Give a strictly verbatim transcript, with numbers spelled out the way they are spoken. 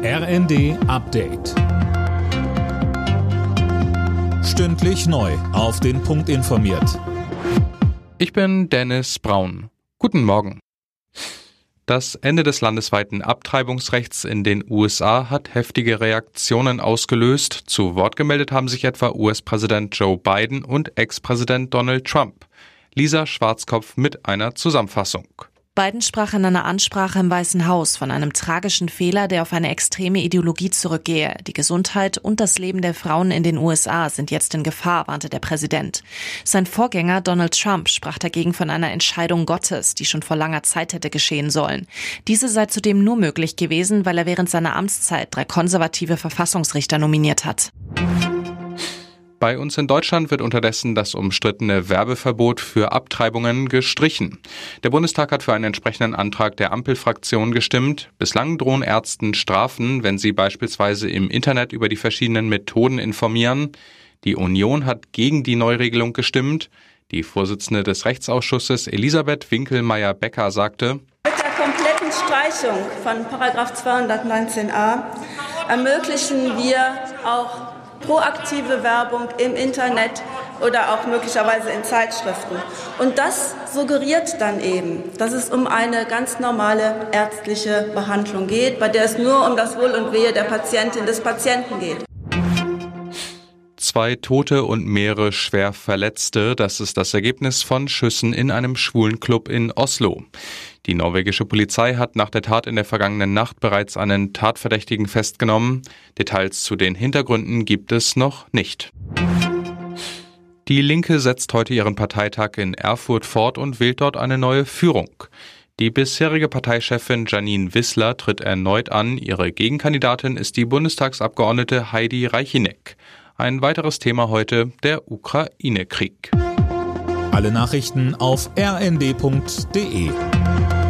R N D Update. Stündlich neu auf den Punkt informiert. Ich bin Dennis Braun. Guten Morgen. Das Ende des landesweiten Abtreibungsrechts in den U S A hat heftige Reaktionen ausgelöst. Zu Wort gemeldet haben sich etwa U S-Präsident Joe Biden und Ex-Präsident Donald Trump. Lisa Schwarzkopf mit einer Zusammenfassung. Biden sprach in einer Ansprache im Weißen Haus von einem tragischen Fehler, der auf eine extreme Ideologie zurückgehe. Die Gesundheit und das Leben der Frauen in den U S A sind jetzt in Gefahr, warnte der Präsident. Sein Vorgänger Donald Trump sprach dagegen von einer Entscheidung Gottes, die schon vor langer Zeit hätte geschehen sollen. Diese sei zudem nur möglich gewesen, weil er während seiner Amtszeit drei konservative Verfassungsrichter nominiert hat. Bei uns in Deutschland wird unterdessen das umstrittene Werbeverbot für Abtreibungen gestrichen. Der Bundestag hat für einen entsprechenden Antrag der Ampelfraktion gestimmt. Bislang drohen Ärzten Strafen, wenn sie beispielsweise im Internet über die verschiedenen Methoden informieren. Die Union hat gegen die Neuregelung gestimmt. Die Vorsitzende des Rechtsausschusses Elisabeth Winkelmeier-Becker sagte: Mit der kompletten Streichung von Paragraph zweihundertneunzehn a ermöglichen wir auch proaktive Werbung im Internet oder auch möglicherweise in Zeitschriften. Und das suggeriert dann eben, dass es um eine ganz normale ärztliche Behandlung geht, bei der es nur um das Wohl und Wehe der Patientin, des Patienten geht. Zwei Tote und mehrere schwer Verletzte, das ist das Ergebnis von Schüssen in einem schwulen Club in Oslo. Die norwegische Polizei hat nach der Tat in der vergangenen Nacht bereits einen Tatverdächtigen festgenommen. Details zu den Hintergründen gibt es noch nicht. Die Linke setzt heute ihren Parteitag in Erfurt fort und wählt dort eine neue Führung. Die bisherige Parteichefin Janine Wissler tritt erneut an. Ihre Gegenkandidatin ist die Bundestagsabgeordnete Heidi Reichineck. Ein weiteres Thema heute, der Ukraine-Krieg. Alle Nachrichten auf r n d punkt d e.